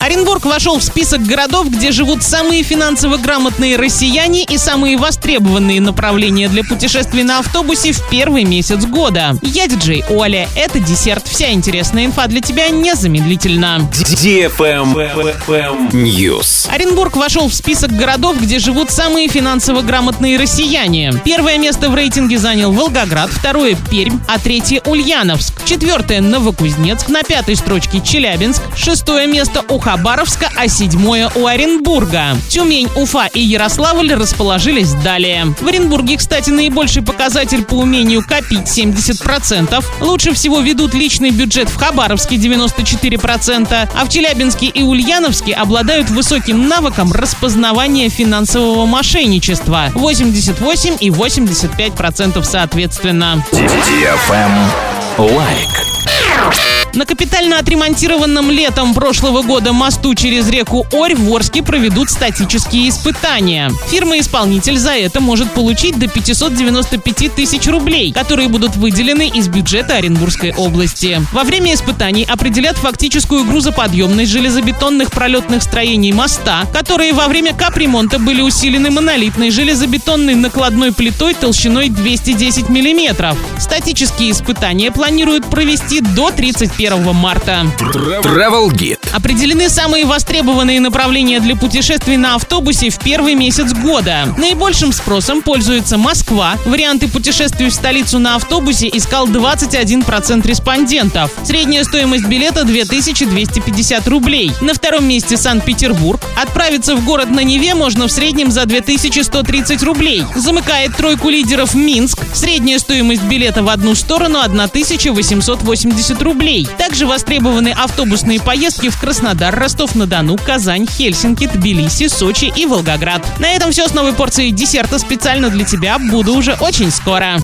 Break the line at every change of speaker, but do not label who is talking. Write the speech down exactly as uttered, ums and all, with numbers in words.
Оренбург вошел в список городов, где живут самые финансово грамотные россияне и самые востребованные направления для путешествий на автобусе в первый месяц года. Я диджей Оля. Это десерт. Вся интересная инфа для тебя незамедлительно.
News.
Оренбург вошел в список городов, где живут самые финансово грамотные россияне. Первое место в рейтинге занял Волгоград, второе – Пермь, а третье – Ульяновск. Четвертое – Новокузнецк, на пятой строчке Челябинск, шестое место у Хабаровска, а седьмое у Оренбурга. Тюмень, Уфа и Ярославль расположились далее. В Оренбурге, кстати, наибольший показатель по умению копить – семьдесят процентов. Лучше всего ведут личный бюджет в Хабаровске – девяносто четыре процента, а в Челябинске и Ульяновске обладают высоким навыком распознавания финансового мошенничества – восемьдесят восемь и восемьдесят пять процентов соответственно.
Лайк.
На капитально отремонтированном летом прошлого года мосту через реку Орь в Орске проведут статические испытания. Фирма-исполнитель за это может получить до пятьсот девяносто пять тысяч рублей, которые будут выделены из бюджета Оренбургской области. Во время испытаний определят фактическую грузоподъемность железобетонных пролетных строений моста, которые во время капремонта были усилены монолитной железобетонной накладной плитой толщиной двести десять миллиметров. Статические испытания планируют провести до тридцать первого марта.
Travel Guide.
Определены самые востребованные направления для путешествий на автобусе в первый месяц года. Наибольшим спросом пользуется Москва. Варианты путешествий в столицу на автобусе искал двадцать один процент респондентов. Средняя стоимость билета две тысячи двести пятьдесят рублей. На втором месте Санкт-Петербург. Отправиться в город на Неве можно в среднем за две тысячи сто тридцать рублей. Замыкает тройку лидеров Минск. Средняя стоимость билета в одну сторону тысяча восемьсот восемьдесят рублей. Также востребованы автобусные поездки в Краснодар, Ростов-на-Дону, Казань, Хельсинки, Тбилиси, Сочи и Волгоград. На этом все с новой порцией десерта специально для тебя. Буду уже очень скоро.